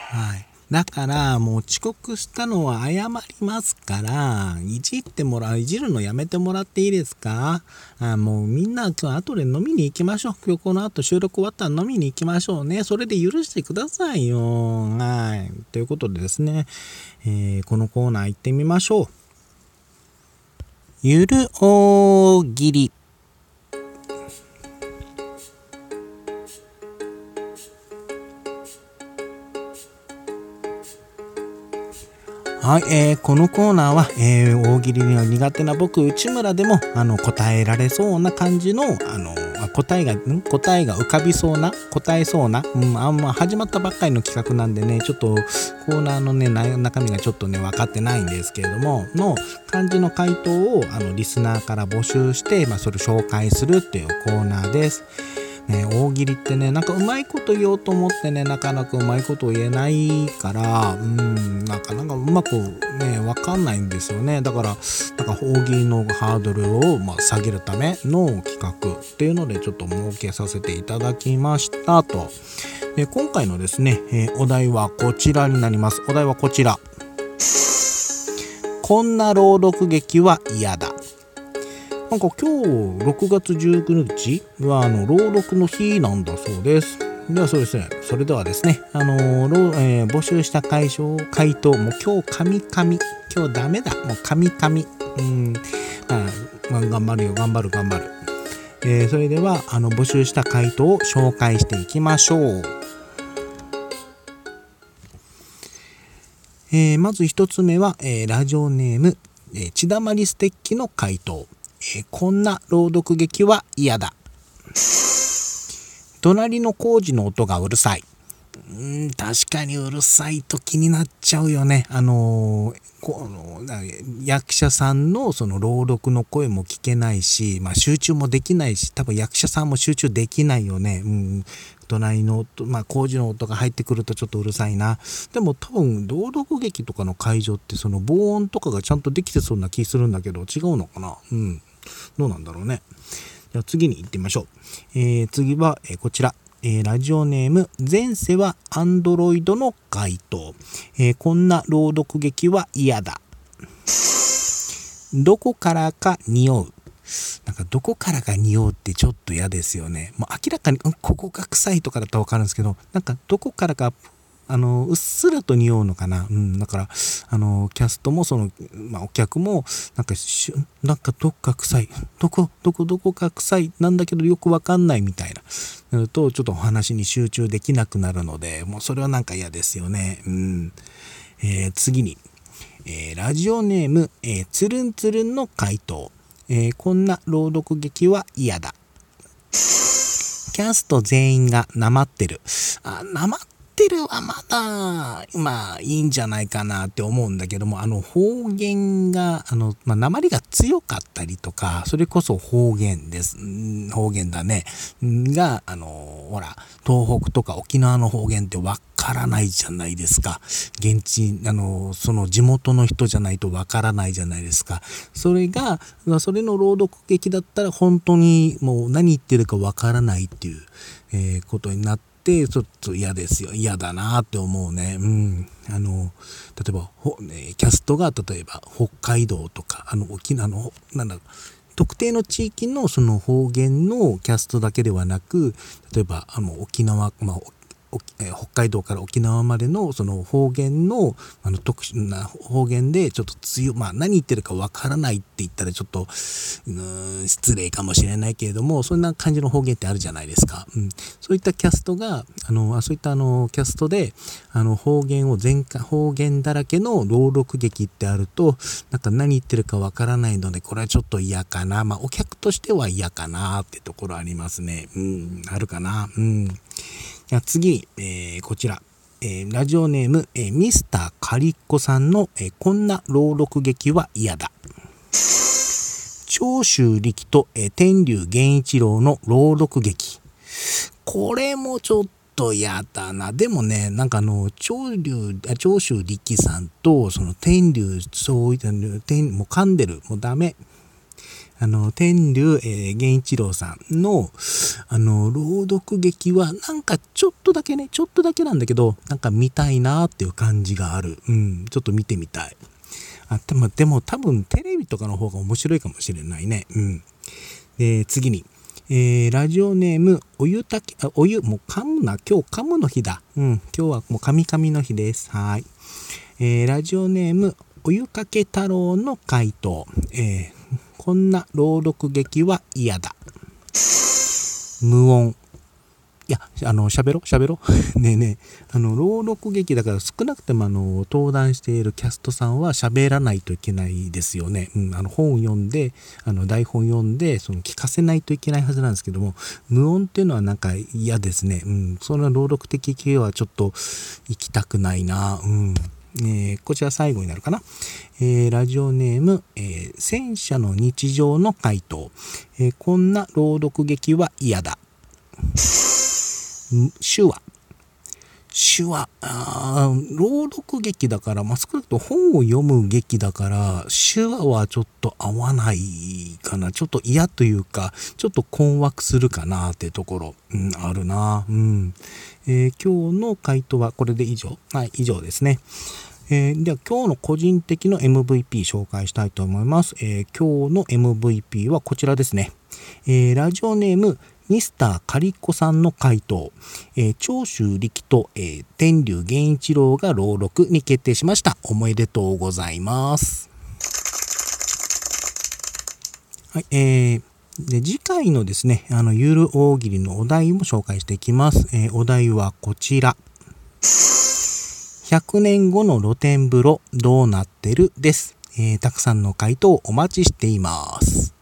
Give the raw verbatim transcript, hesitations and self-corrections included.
はい。だからもう遅刻したのは謝りますから、いじってもらう、いじるのやめてもらっていいですか？あもうみんな今日後で飲みに行きましょう。今日この後収録終わったら飲みに行きましょうね。それで許してくださいよ。はい。ということでですね、えー、このコーナー行ってみましょう。ゆる大喜利。はい、えー、このコーナーは、えー、大喜利が苦手な僕内村でもあの答えられそうな感じのあの答えがん答えが浮かびそうな答えそうな、うん、あんま始まったばっかりの企画なんでね、ちょっとコーナーのね中身がちょっとね分かってないんですけれどもの感じの回答をあのリスナーから募集して、まあ、それを紹介するっていうコーナーです。ね、大喜利ってね、なんかうまいこと言おうと思ってね、なかなかうまいこと言えないから、うん、なかなかうまくね、わかんないんですよね。だから、なんか大喜利のハードルを、まあ、下げるための企画っていうので、ちょっと設けさせていただきましたと。で今回のですね、えー、お題はこちらになります。お題はこちら。こんな朗読劇は嫌だ。なんか今日ろくがつじゅうくにちはあの朗読の日なんだそうです。ではそうですね。それではですね、あのーえー、募集した回答、回答もう今日神々、今日ダメだ、もう神々、うん、まあ、頑張るよ、頑張る、頑張る。えー、それではあの募集した回答を紹介していきましょう。えー、まず一つ目は、えー、ラジオネーム、えー、血だまりステッキの回答。えー、こんな朗読劇は嫌だ。隣の工事の音がうるさい。うん、確かにうるさいと気になっちゃうよね。あのー、この役者さんのその朗読の声も聞けないし、まあ、集中もできないし、多分役者さんも集中できないよね。うん、隣の音、まあ、工事の音が入ってくるとちょっとうるさいな。でも多分朗読劇とかの会場ってその防音とかがちゃんとできてそうな気するんだけど、違うのかな。うん、どうなんだろうね。じゃあ次に行ってみましょう。えー、次は、えー、こちら。えー、ラジオネーム前世はアンドロイドの回答。えー、こんな朗読劇は嫌だ。どこからか匂う。なんかどこからか匂うってちょっと嫌ですよね。もう明らかに、うん、ここが臭いとかだったら分かるんですけど、なんかどこからかあのうっすらと匂うのかな。うん、だからあのキャストもその、まあ、お客もなんかしなんかどっか臭い、どこどこどこか臭いなんだけどよくわかんないみたいななるとちょっとお話に集中できなくなるので、もうそれはなんか嫌ですよね。うん。えー、次に、えー、ラジオネーム、えー、つるんつるんの回答。えー、こんな朗読劇は嫌だ。キャスト全員がなまってる。あ、なまってるはまだまあいいんじゃないかなって思うんだけども、あの方言があのまあ訛りが強かったりとか、それこそ方言です。方言だね。があのほら東北とか沖縄の方言ってわからないじゃないですか。現地あのその地元の人じゃないとわからないじゃないですか。それがそれの朗読劇だったら本当にもう何言ってるかわからないっていう、えー、ことになってちょっと嫌ですよ。嫌だなって思うね。うん。あの例えばほ、ね、キャストが例えば北海道とかあの沖縄のなんだろう特定の地域のその方言のキャストだけではなく、例えばあの沖縄、まあ北海道から沖縄までのその方言のあの特殊な方言でちょっと強まあ何言ってるかわからないって言ったらちょっとうーん失礼かもしれないけれども、そんな感じの方言ってあるじゃないですか。うん、そういったキャストがあのそういったあのキャストであの方言を全開方言だらけの朗読劇ってあると、なんか何言ってるかわからないのでこれはちょっと嫌かな。まあお客としては嫌かなってところありますね。うん、あるかな。うん。じゃあ次、えー、こちら、えー、ラジオネーム、えー、ミスターカリッコさんの、えー、こんな朗読劇は嫌だ。長州力と、えー、天竜源一郎の朗読劇。これもちょっと嫌だな。でもね、なんかあの長龍長州力さんとその天竜そういった天もう噛んでるもうダメ。 あの、天竜、えー、源一郎さんの、あの、朗読劇は、なんかちょっとだけね、ちょっとだけなんだけど、なんか見たいなっていう感じがある。うん、ちょっと見てみたい。あ、でも、でも多分テレビとかの方が面白いかもしれないね。うん。で、次に。えー、ラジオネーム、お湯たけ、あ、お湯、もう噛むな、今日噛むの日だ。うん、今日はもう噛み噛みの日です。はい。えー、ラジオネーム、お湯かけ太郎の回答。えー、こんな朗読劇は嫌だ。無音。いや、あの、喋ろ喋ろねえねえ、あの、朗読劇だから少なくても、あの、登壇しているキャストさんは喋らないといけないですよね。うん、あの、本を読んで、あの、台本読んで、その、聞かせないといけないはずなんですけども、無音っていうのはなんか嫌ですね。うん、その朗読的系はちょっと行きたくないな。うん。えー、こちら最後になるかな。えー、ラジオネーム、えー、戦車の日常の回答。えー、こんな朗読劇は嫌だ。手話。手話。あ朗読劇だから、まあ、少なくとも本を読む劇だから、手話はちょっと合わないかな。ちょっと嫌というか、ちょっと困惑するかなってところ、うん、あるな。うん。えー、今日の回答はこれで以上。はい、以上ですね。えー、では今日の個人的の エムブイピー 紹介したいと思います。えー、今日の エムブイピー はこちらですね。えー、ラジオネームミスターカリッコさんの回答、えー、長州力と、えー、天竜源一郎が朗読に決定しました。おめでとうございます。はい、えーで次回のですね、あのゆる大喜利のお題も紹介していきます。えー、お題はこちら。ひゃくねんごの露天風呂どうなってるです。えー、たくさんの回答お待ちしています。